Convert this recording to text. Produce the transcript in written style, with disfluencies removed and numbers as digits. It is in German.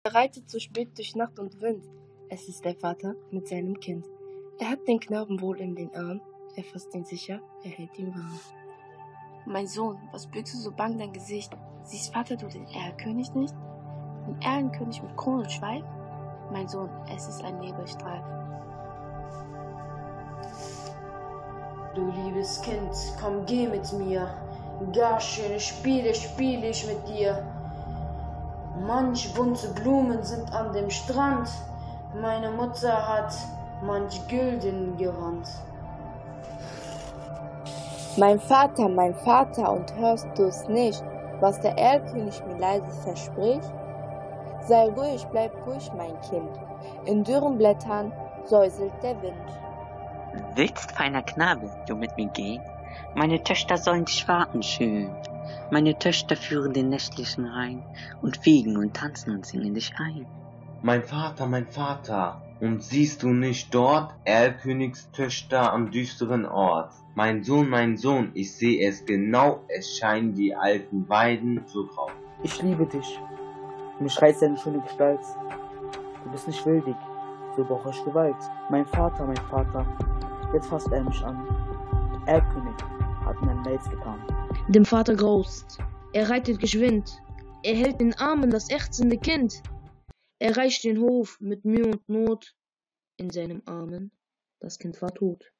Er reitet so spät durch Nacht und Wind. Es ist der Vater mit seinem Kind. Er hat den Knaben wohl in den Arm. Er fasst ihn sicher, er hält ihn warm. Mein Sohn, was bückst du so bang dein Gesicht? Siehst Vater du den Erlkönig nicht? Den Erlenkönig mit Kron und Schweif? Mein Sohn, es ist ein Nebelstreif. Du liebes Kind, komm, geh mit mir. Gar schöne Spiele spiel ich mit dir. Manch bunte Blumen sind an dem Strand. Meine Mutter hat manch Gülden Gewand. Mein Vater, und hörst du's nicht, was der Erlkönig mir leise verspricht? Sei ruhig, bleib ruhig, mein Kind. In dürren Blättern säuselt der Wind. Willst, feiner Knabe, du mit mir gehen? Meine Töchter sollen dich warten schön. Meine Töchter führen den nächtlichen Rhein und fegen und tanzen und singen dich ein. Mein Vater, und siehst du nicht dort Erlkönigstöchter am düsteren Ort? Mein Sohn, ich seh es genau, es scheinen die alten Weiden so grau. Ich liebe dich, mich reizt deine schöne Gestalt. Du bist nicht willig, so brauch ich Gewalt. Mein Vater, jetzt fasst er mich an. Erlkönig hat mir ein Leid getan. Dem Vater graust, er reitet geschwind, er hält in den Armen das ächzende Kind. Er reicht den Hof mit Mühe und Not, in seinem Armen, das Kind war tot.